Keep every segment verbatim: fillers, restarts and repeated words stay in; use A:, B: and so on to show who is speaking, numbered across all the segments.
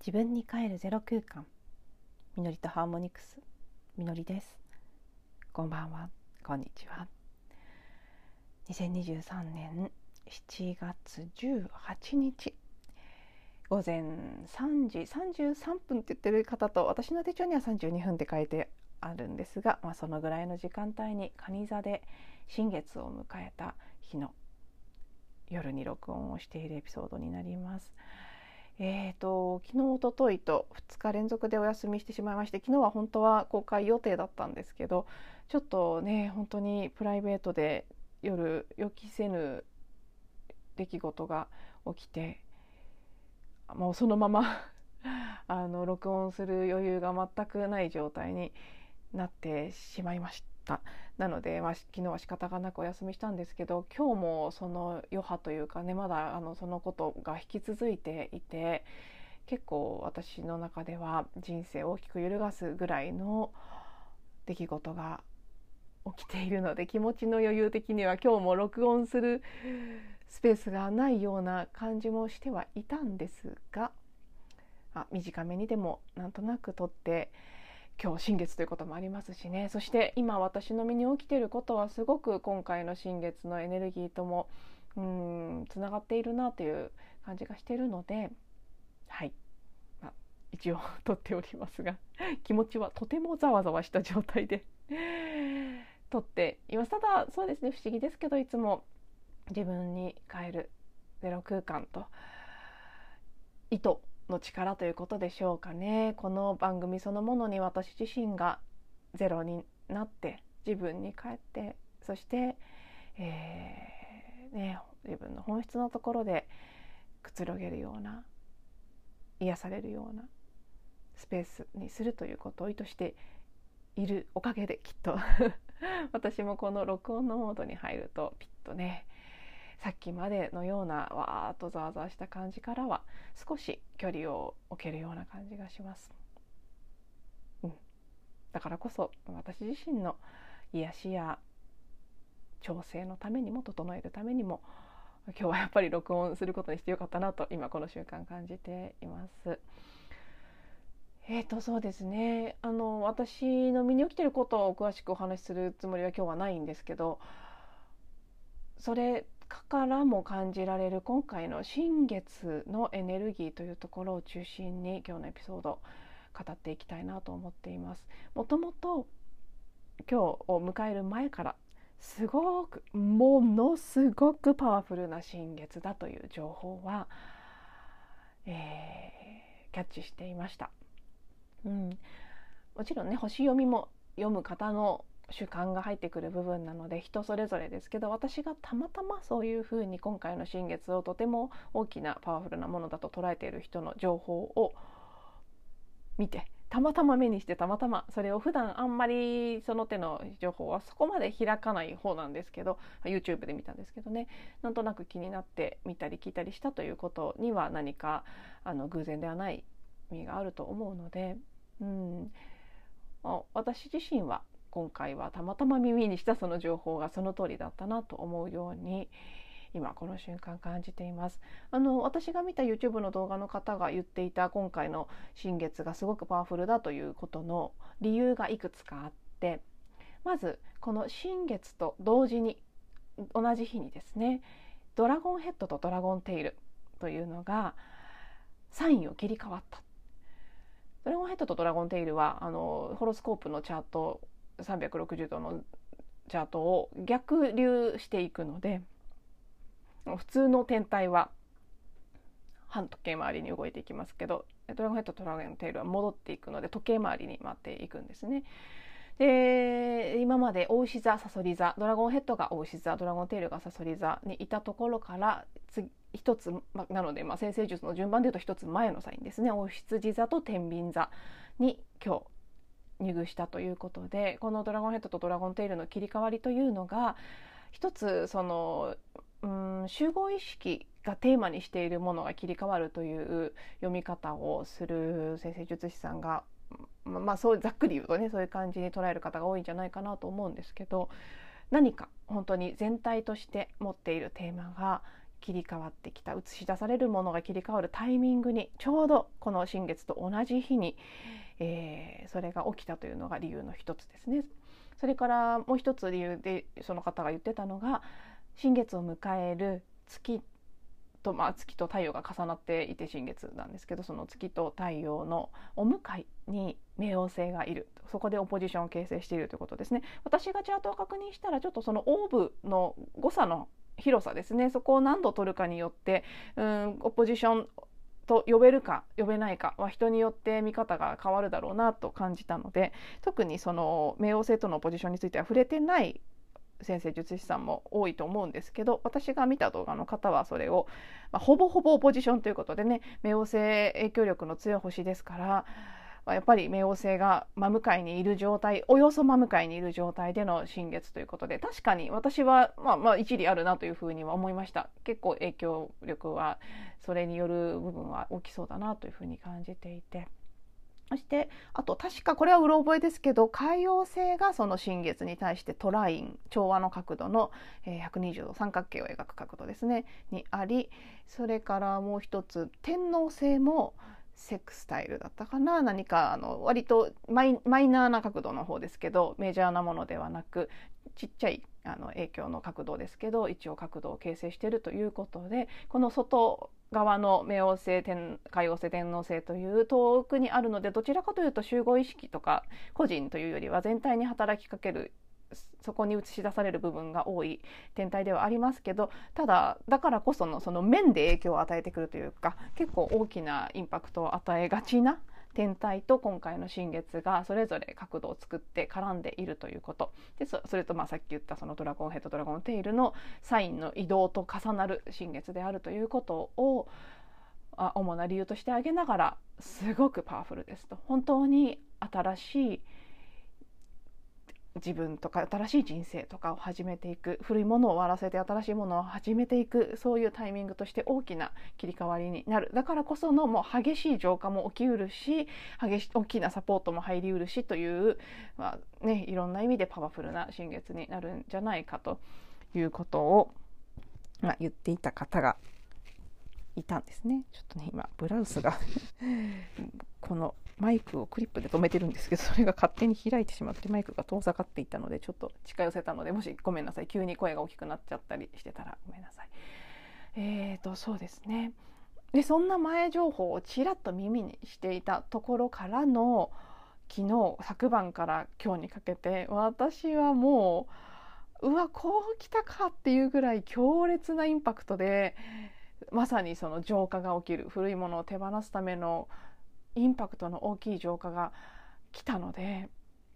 A: 自分に帰るゼロ空間、みのりとハーモニクス、みのりです。こんばんは、こんにちは。にせんにじゅうさんねんしちがつじゅうはちにち午前さんじさんじゅうさんぷんって言ってる方と、私の手帳にはさんじゅうにふんって書いてあるんですが、まあ、そのぐらいの時間帯に蟹座で新月を迎えた日の夜に録音をしているエピソードになります。えーと昨日おとといとふつか連続でお休みしてしまいまして、昨日は本当は公開予定だったんですけど、ちょっとね本当にプライベートで夜予期せぬ出来事が起きて、もうそのままあの録音する余裕が全くない状態になってしまいました。なので、まあ、昨日は仕方がなくお休みしたんですけど、今日もその余波というかね、まだあのそのことが引き続いていて、結構私の中では人生を大きく揺るがすぐらいの出来事が起きているので、気持ちの余裕的には今日も録音するスペースがないような感じもしてはいたんですが、あ短めにでもなんとなく撮って、今日新月ということもありますしね。そして今私の身に起きていることはすごく今回の新月のエネルギーともうーんつながっているなという感じがしているので、はい、まあ、一応撮っておりますが、気持ちはとてもざわざわした状態で撮っています。ただそうですね、不思議ですけど、いつも自分に帰るゼロ空間と意図の力ということでしょうかね。この番組そのものに私自身がゼロになって自分に帰って、そして、えーね、自分の本質のところでくつろげるような、癒されるようなスペースにするということを意図しているおかげで、きっと私もこの録音のモードに入るとピッとね、さっきまでのようなわーっとざわざわした感じからは少し距離を置けるような感じがします、うん、だからこそ私自身の癒しや調整のためにも、整えるためにも、今日はやっぱり録音することにしてよかったなと今この瞬間感じています。えーとそうですね、あの私の身に起きていることを詳しくお話しするつもりは今日はないんですけど、それからも感じられる今回の新月のエネルギーというところを中心に今日のエピソード語っていきたいなと思っています。もともと今日を迎える前からすごくものすごくパワフルな新月だという情報は、えー、キャッチしていました、うん、もちろんね星読みも読む方の主観が入ってくる部分なので人それぞれですけど、私がたまたまそういうふうに今回の新月をとても大きなパワフルなものだと捉えている人の情報を見て、たまたま目にして、たまたまそれを普段あんまりその手の情報はそこまで開かない方なんですけど、 YouTube で見たんですけどね、なんとなく気になって見たり聞いたりしたということには何かあの偶然ではない意味があると思うので、うん、私自身は今回はたまたま耳にしたその情報がその通りだったなと思うように今この瞬間感じています。あの私が見た YouTube の動画の方が言っていた今回の新月がすごくパワフルだということの理由がいくつかあって、まずこの新月と同時に同じ日にですね、ドラゴンヘッドとドラゴンテイルというのがサインを切り替わった。ドラゴンヘッドとドラゴンテイルはあのホロスコープのチャートさんびゃくろくじゅうどのチャートを逆流していくので、普通の天体は反時計回りに動いていきますけど、ドラゴンヘッドとドラゴンテイルは戻っていくので時計回りに回っていくんですね。で今まで牡牛座、さそり座、ドラゴンヘッドが牡牛座、ドラゴンテイルがさそり座にいたところから次一つ、ま、なので、まあ、占星術の順番でいうと一つ前のサインですね、牡羊座と天秤座に今日入宮したということで、このドラゴンヘッドとドラゴンテイルの切り替わりというのが一つそのうん集合意識がテーマにしているものが切り替わるという読み方をする占星術師さんが、まあそうざっくり言うとね、そういう感じに捉える方が多いんじゃないかなと思うんですけど、何か本当に全体として持っているテーマが切り替わってきた、映し出されるものが切り替わるタイミングにちょうどこの新月と同じ日に、えー、それが起きたというのが理由の一つですね。それからもう一つ理由でその方が言ってたのが、新月を迎える月と、まあ、月と太陽が重なっていて新月なんですけど、その月と太陽のお向かいに冥王星がいる、そこでオポジションを形成しているということですね。私がチャートを確認したら、ちょっとそのオーブの誤差の広さですね、そこを何度取るかによって、うん、オポジションと呼べるか呼べないかは人によって見方が変わるだろうなと感じたので、特にその冥王星とのポジションについては触れてない先生術師さんも多いと思うんですけど、私が見た動画の方はそれを、まあ、ほぼほぼポジションということでね、冥王星影響力の強い星ですから、まあ、やっぱり冥王星が真向かいにいる状態、およそ真向かいにいる状態での新月ということで、確かに私はまあまあ一理あるなというふうには思いました。結構影響力はそれによる部分は大きそうだなというふうに感じていて、そしてあと確かこれはうろ覚えですけど、海王星がその新月に対してトライン、調和の角度のひゃくにじゅうど三角形を描く角度ですねにあり、それからもう一つ天王星もセクスタイルだったかな、何かあの割とマイ、マイナーな角度の方ですけど、メジャーなものではなくちっちゃいあの影響の角度ですけど、一応角度を形成しているということで、この外側の冥王星、天海王星、天王星という遠くにあるので、どちらかというと集合意識とか個人というよりは全体に働きかける、そこに映し出される部分が多い天体ではありますけど、ただだからこそのその面で影響を与えてくるというか、結構大きなインパクトを与えがちな天体と今回の新月がそれぞれ角度を作って絡んでいるということで、それとまあさっき言ったそのドラゴンヘッド、ドラゴンテイルのサインの移動と重なる新月であるということを主な理由として挙げながら、すごくパワフルですと、本当に新しい自分とか新しい人生とかを始めていく、古いものを終わらせて新しいものを始めていく、そういうタイミングとして大きな切り替わりになる。だからこそのもう激しい浄化も起きうるし、激し大きなサポートも入りうるしという、まあね、いろんな意味でパワフルな新月になるんじゃないかということを、まあ、言っていた方がいたんですね。ちょっとね今ブラウスがこのマイクをクリップで留めてるんですけど、それが勝手に開いてしまってマイクが遠ざかっていったので、ちょっと近寄せたので、もしごめんなさい、急に声が大きくなっちゃったりしてたらごめんなさい。えーとそうですね。でそんな前情報をちらっと耳にしていたところからの、昨日昨晩から今日にかけて、私はもううわこう来たかっていうぐらい強烈なインパクトで、まさにその浄化が起きる、古いものを手放すためのインパクトの大きい浄化が来たので、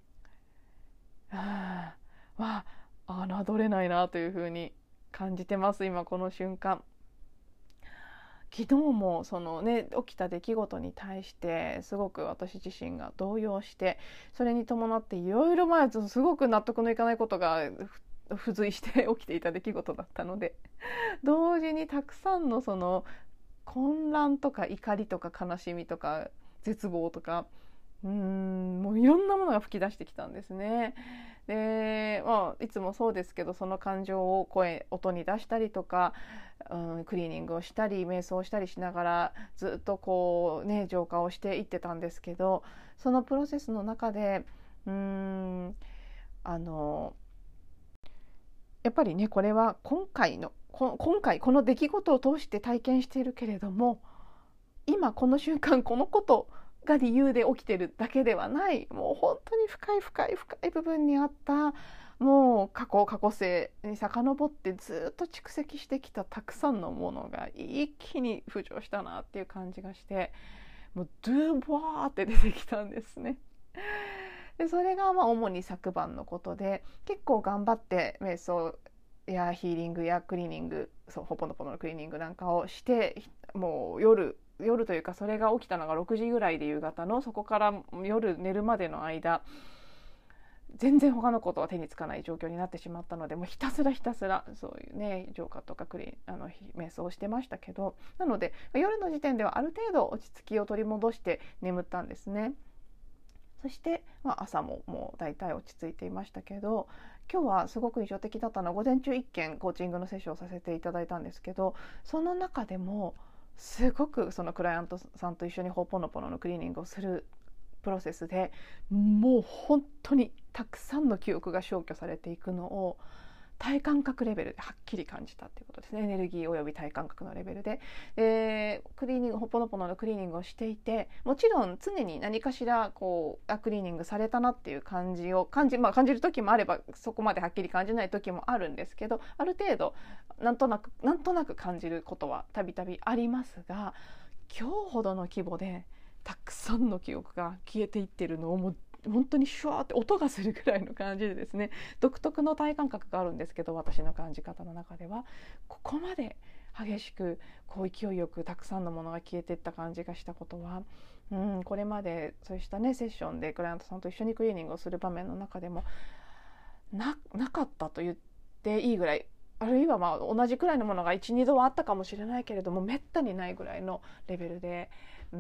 A: ああ侮れないなというふうに感じてます今この瞬間。昨日もそのね起きた出来事に対してすごく私自身が動揺して、それに伴っていろいろ前すごく納得のいかないことが付随して起きていた出来事だったので、同時にたくさんのその混乱とか怒りとか悲しみとか絶望とか、うーんもういろんなものが吹き出してきたんですね。で、まあ、いつもそうですけど、その感情を声音に出したりとか、うん、クリーニングをしたり瞑想をしたりしながらずっとこうね浄化をしていってたんですけど、そのプロセスの中でうーんあのやっぱりね、これは今回のこ今回この出来事を通して体験しているけれども、今この瞬間このことが理由で起きてるだけではない、もう本当に深い深い深い部分にあった、もう過去過去世に遡ってずっと蓄積してきたたくさんのものが一気に浮上したなっていう感じがして、もうドゥーボワーって出てきたんですね。でそれがまあ主に昨晩のことで、結構頑張って瞑想やヒーリングやクリーニング、そうほぽのぽののクリーニングなんかをして、もう夜夜というか、それが起きたのがろくじぐらいで夕方の、そこから夜寝るまでの間全然他のことは手につかない状況になってしまったので、もうひたすらひたすらそういうね浄化とかクリあの瞑想をしてましたけど、なので夜の時点ではある程度落ち着きを取り戻して眠ったんですね。そして、まあ、朝ももう大体落ち着いていましたけど、 今日はすごく印象的だったのは午前中いっけんコーチングのセッションをさせていただいたんですけど、その中でもすごくそのクライアントさんと一緒にホーポノポノのクリーニングをするプロセスでもう本当にたくさんの記憶が消去されていくのを体感覚レベルではっきり感じたっていうことですね。エネルギーおよび体感覚のレベルで、でクリーニングホポノポノのクリーニングをしていて、もちろん常に何かしらこうあクリーニングされたなっていう感じを感じ、まあ、感じる時もあればそこまではっきり感じない時もあるんですけど、ある程度なんとなくなんとなく感じることはたびたびありますが、今日ほどの規模でたくさんの記憶が消えていってるのをもう本当にシュワーって音がするぐらいの感じでですね、独特の体感覚があるんですけど、私の感じ方の中ではここまで激しくこう勢いよくたくさんのものが消えていった感じがしたことは、うん、これまでそうしたねセッションでクライアントさんと一緒にクリーニングをする場面の中でも な, なかったと言っていいぐらい、あるいはまあ同じくらいのものが いち,に 度はあったかもしれないけれども、めったにないぐらいのレベルで、うん、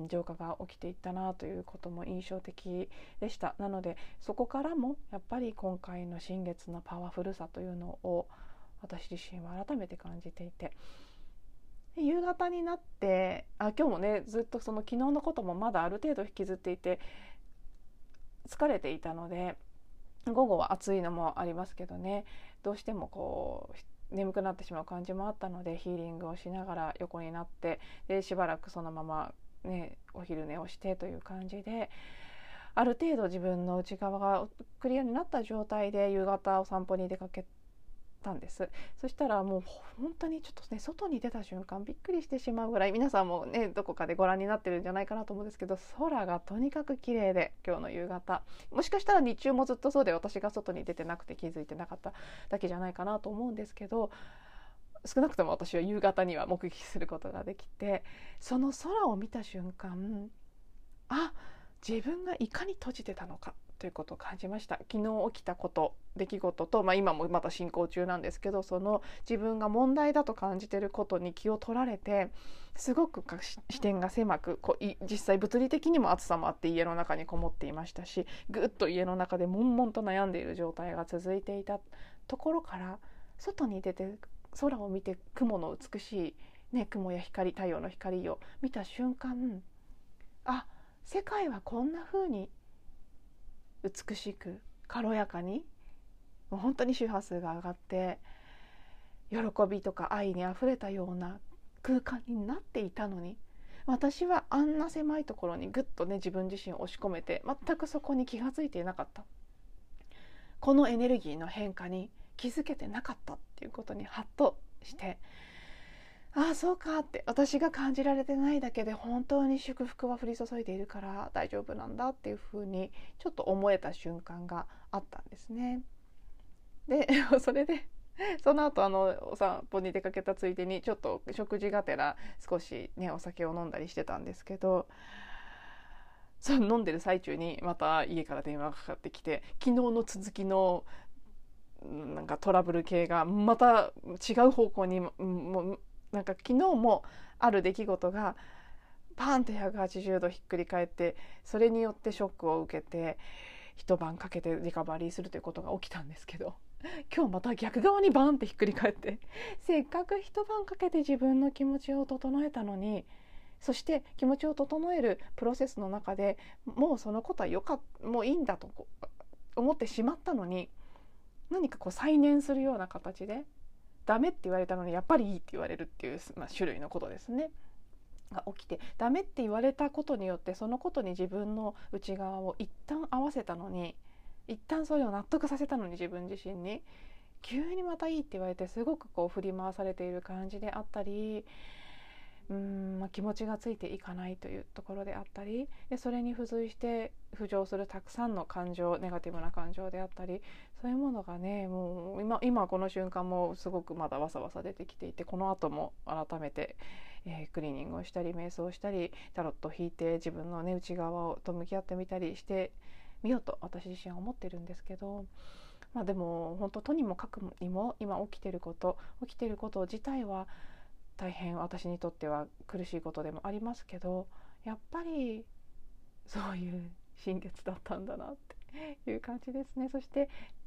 A: 浄化が起きていったなということも印象的でした。なのでそこからもやっぱり今回の新月のパワフルさというのを私自身は改めて感じていて、夕方になってあ今日もねずっとその昨日のこともまだある程度引きずっていて疲れていたので、午後は暑いのもありますけどね、どうしてもこう眠くなってしまう感じもあったので、ヒーリングをしながら横になって、でしばらくそのまま、ね、お昼寝をしてという感じで、ある程度自分の内側がクリアになった状態で夕方お散歩に出かけたんです。そしたらもう本当にちょっとね外に出た瞬間びっくりしてしまうぐらい、皆さんもねどこかでご覧になってるんじゃないかなと思うんですけど、空がとにかく綺麗で、今日の夕方、もしかしたら日中もずっとそうで私が外に出てなくて気づいてなかっただけじゃないかなと思うんですけど、少なくとも私は夕方には目撃することができて、その空を見た瞬間、あ自分がいかに閉じてたのかということを感じました。昨日起きたこと出来事と、まあ、今もまた進行中なんですけど、その自分が問題だと感じていることに気を取られて、すごく視点が狭く、こう実際物理的にも暑さもあって家の中にこもっていましたし、ぐっと家の中で悶々と悩んでいる状態が続いていたところから、外に出て空を見て雲の美しい、ね、雲や光、太陽の光を見た瞬間、あ世界はこんな風に美しく軽やかに、もう本当に周波数が上がって喜びとか愛にあふれたような空間になっていたのに、私はあんな狭いところにぐっとね自分自身を押し込めて全くそこに気がついていなかった、このエネルギーの変化に気づけてなかったっていうことにハッとして、ああそうかって、私が感じられてないだけで本当に祝福は降り注いでいるから大丈夫なんだっていうふうにちょっと思えた瞬間があったんですね。でそれでその後あのお散歩に出かけたついでにちょっと食事がてら少しねお酒を飲んだりしてたんですけど、その飲んでる最中にまた家から電話がかかってきて、昨日の続きのなんかトラブル系がまた違う方向にもうなんか昨日もある出来事がパーンってひゃくはちじゅうどひっくり返って、それによってショックを受けて一晩かけてリカバリーするということが起きたんですけど、今日また逆側にバーンってひっくり返って、せっかく一晩かけて自分の気持ちを整えたのに、そして気持ちを整えるプロセスの中でもうそのことはよかっもういいんだと思ってしまったのに、何かこう再燃するような形でダメって言われたのにやっぱりいいって言われるっていう、まあ、種類のことですねが起きて、ダメって言われたことによってそのことに自分の内側を一旦合わせたのに、一旦それを納得させたのに自分自身に急にまたいいって言われて、すごくこう振り回されている感じであったり、うーん、まあ、気持ちがついていかないというところであったりで、それに付随して浮上するたくさんの感情、ネガティブな感情であったり、そういうものがねもう 今, 今この瞬間もすごくまだわさわさ出てきていて、この後も改めて、えー、クリーニングをしたり瞑想をしたりタロットを引いて自分の、ね、内側と向き合ってみたりしてみようと私自身は思ってるんですけど、まあ、でも本当とにもかくにも今起きてること起きてること自体は大変私にとっては苦しいことでもありますけど、やっぱりそういう新月だったんだなっていう感じですね。そして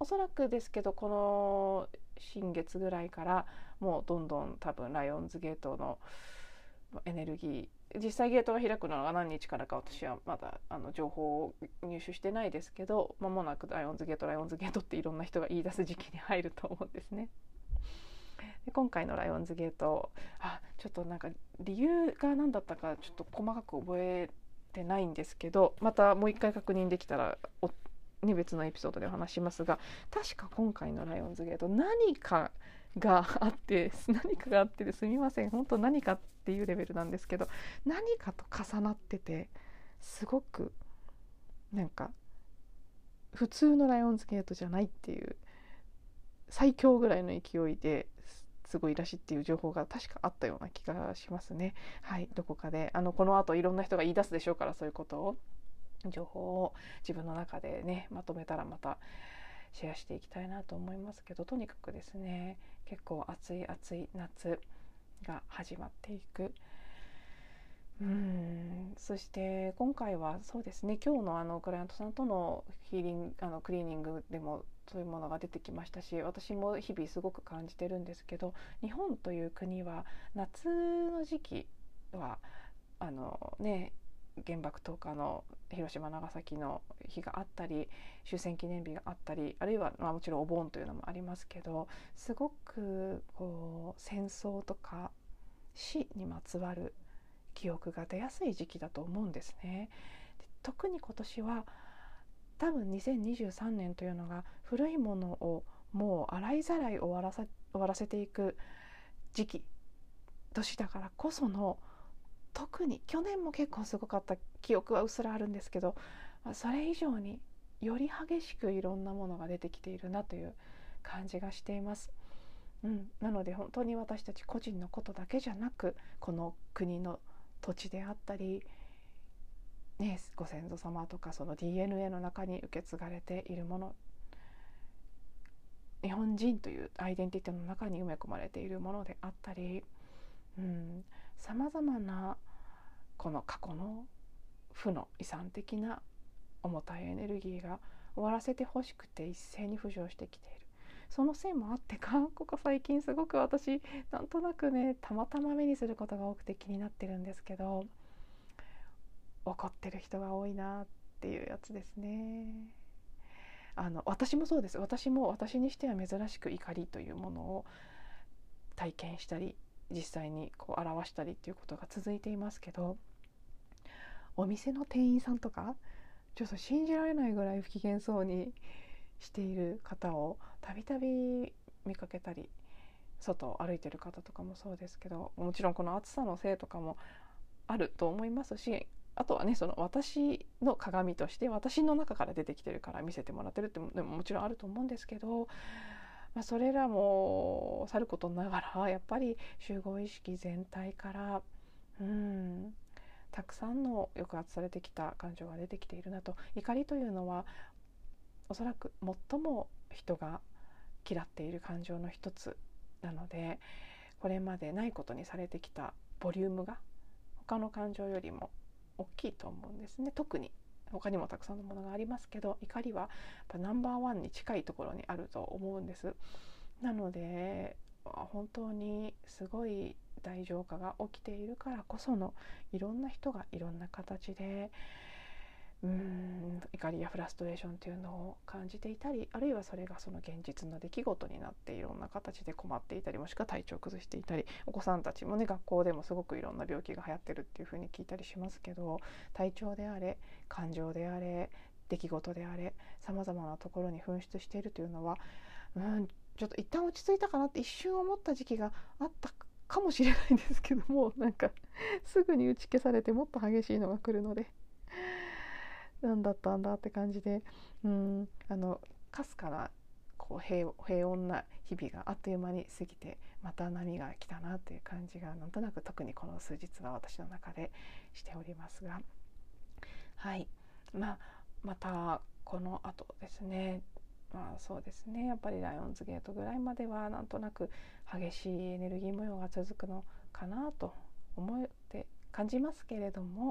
A: おそらくですけどこの新月ぐらいからもうどんどん多分ライオンズゲートのエネルギー、実際ゲートが開くのが何日からか私はまだあの情報を入手してないですけど、間もなくライオンズゲートライオンズゲートっていろんな人が言い出す時期に入ると思うんですね。で今回のライオンズゲート、あちょっとなんか理由が何だったかちょっと細かく覚えてないんですけど、またもう一回確認できたらお、ね、別のエピソードでお話しますが、確か今回のライオンズゲート何かがあって何かがあってですみません、本当何かっていうレベルなんですけど、何かと重なってて、すごくなんか普通のライオンズゲートじゃないっていう、最強ぐらいの勢いですごいらしいっていう情報が確かあったような気がしますね。はい、どこかであのこの後いろんな人が言い出すでしょうから、そういうことを情報を自分の中でねまとめたらまたシェアしていきたいなと思いますけど、とにかくですね、結構暑い暑い夏が始まっていく。うーんそして今回はそうですね、今日のあのクライアントさんとのヒーリングあのクリーニングでもそういうものが出てきましたし、私も日々すごく感じてるんですけど、日本という国は夏の時期はあのね原爆投下の広島長崎の日があったり、終戦記念日があったり、あるいは、まあ、もちろんお盆というのもありますけど、すごくこう戦争とか死にまつわる記憶が出やすい時期だと思うんですね。で特に今年は多分にせんにじゅうさんねんというのが古いものをもう洗いざらい終わらさ、終わらせていく時期年だからこその、特に去年も結構すごかった記憶はうっすらあるんですけど、それ以上により激しくいろんなものが出てきているなという感じがしています。うん、なので本当に私たち個人のことだけじゃなく、この国の土地であったり、ね、ご先祖様とかその ディーエヌエー の中に受け継がれているもの、日本人というアイデンティティの中に埋め込まれているものであったり、さまざまなこの過去の負の遺産的な重たいエネルギーが終わらせてほしくて一斉に浮上してきている。そのせいもあってか、ここ最近すごく私なんとなくねたまたま目にすることが多くて気になってるんですけど、怒ってる人が多いなっていうやつですね。あの私もそうです。私も私にしては珍しく怒りというものを体験したり実際にこう表したりっていうことが続いていますけど、お店の店員さんとかちょっと信じられないぐらい不機嫌そうにしている方をたびたび見かけたり、外を歩いてる方とかもそうですけど、もちろんこの暑さのせいとかもあると思いますし、あとはねその私の鏡として私の中から出てきてるから見せてもらってるってもでももちろんあると思うんですけど、まあ、それらもさることながらやっぱり集合意識全体からうんたくさんの抑圧されてきた感情が出てきているなと。怒りというのはおそらく最も人が嫌っている感情の一つなので、これまでないことにされてきたボリュームが他の感情よりも大きいと思うんですね。特に他にもたくさんのものがありますけど、怒りはやっぱナンバーワンに近いところにあると思うんです。なので本当にすごい大浄化が起きているからこその、いろんな人がいろんな形でうーん怒りやフラストレーションというのを感じていたり、あるいはそれがその現実の出来事になっていろんな形で困っていたり、もしくは体調を崩していたり、お子さんたちもね学校でもすごくいろんな病気が流行ってるっていう風に聞いたりしますけど、体調であれ感情であれ出来事であれさまざまなところに噴出しているというのは、うんちょっと一旦落ち着いたかなって一瞬思った時期があったかもしれないんですけども、なんかすぐに打ち消されてもっと激しいのが来るので、何だったんだって感じで、うんあのかすかなこう 平, 平穏な日々があっという間に過ぎて、また波が来たなっていう感じがなんとなく特にこの数日は私の中でしておりますが、はい、まあ、またこの後ですね、まあそうですね、やっぱりライオンズゲートぐらいまではなんとなく激しいエネルギー模様が続くのかなと思って感じますけれども、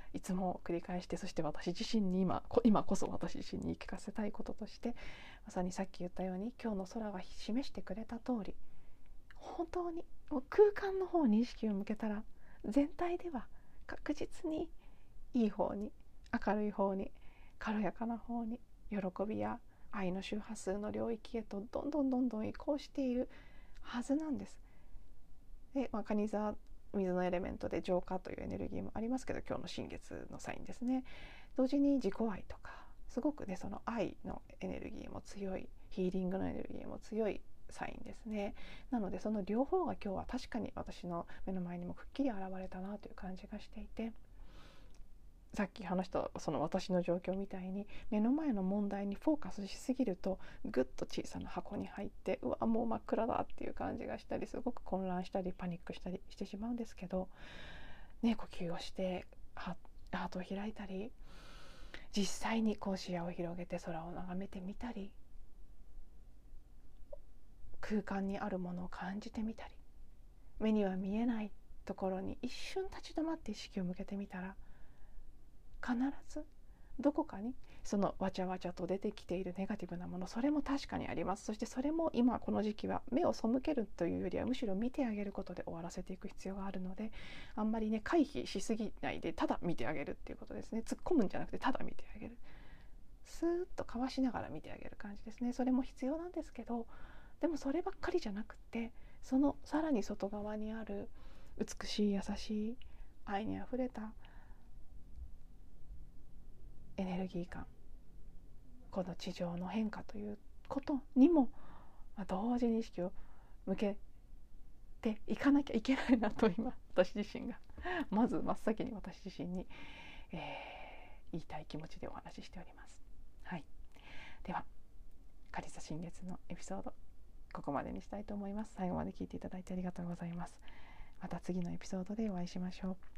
A: いつも繰り返して、そして私自身に今今こそ私自身に言い聞かせたいこととして、まさにさっき言ったように今日の空が示してくれた通り、本当にもう空間の方に意識を向けたら、全体では確実にいい方に、明るい方に、軽やかな方に、喜びや愛の周波数の領域へとどんどんどんどん移行しているはずなんです。で、まあ、蟹座水のエレメントで浄化というエネルギーもありますけど、今日の新月のサインですね。同時に自己愛とか、すごくねその愛のエネルギーも強い、ヒーリングのエネルギーも強いサインですね。なのでその両方が今日は確かに私の目の前にもくっきり現れたなという感じがしていて、さっき話したその私の状況みたいに、目の前の問題にフォーカスしすぎるとぐっと小さな箱に入って、うわもう真っ暗だっていう感じがしたり、すごく混乱したりパニックしたりしてしまうんですけど、ね、呼吸をしてハートを開いたり、実際にこう視野を広げて空を眺めてみたり、空間にあるものを感じてみたり、目には見えないところに一瞬立ち止まって意識を向けてみたら、必ずどこかにそのわちゃわちゃと出てきているネガティブなもの、それも確かにあります。そしてそれも今この時期は目を背けるというよりはむしろ見てあげることで終わらせていく必要があるので、あんまりね回避しすぎないで、ただ見てあげるっていうことですね。突っ込むんじゃなくてただ見てあげる、スーッとかわしながら見てあげる感じですね。それも必要なんですけど、でもそればっかりじゃなくて、そのさらに外側にある美しい優しい愛にあふれたエネルギー感、この地上の変化ということにも同時に意識を向けていかなきゃいけないなと、今私自身がまず真っ先に私自身に、えー、言いたい気持ちでお話ししております。はい、では蟹座新月のエピソードここまでにしたいと思います。最後まで聞いていただいてありがとうございます。また次のエピソードでお会いしましょう。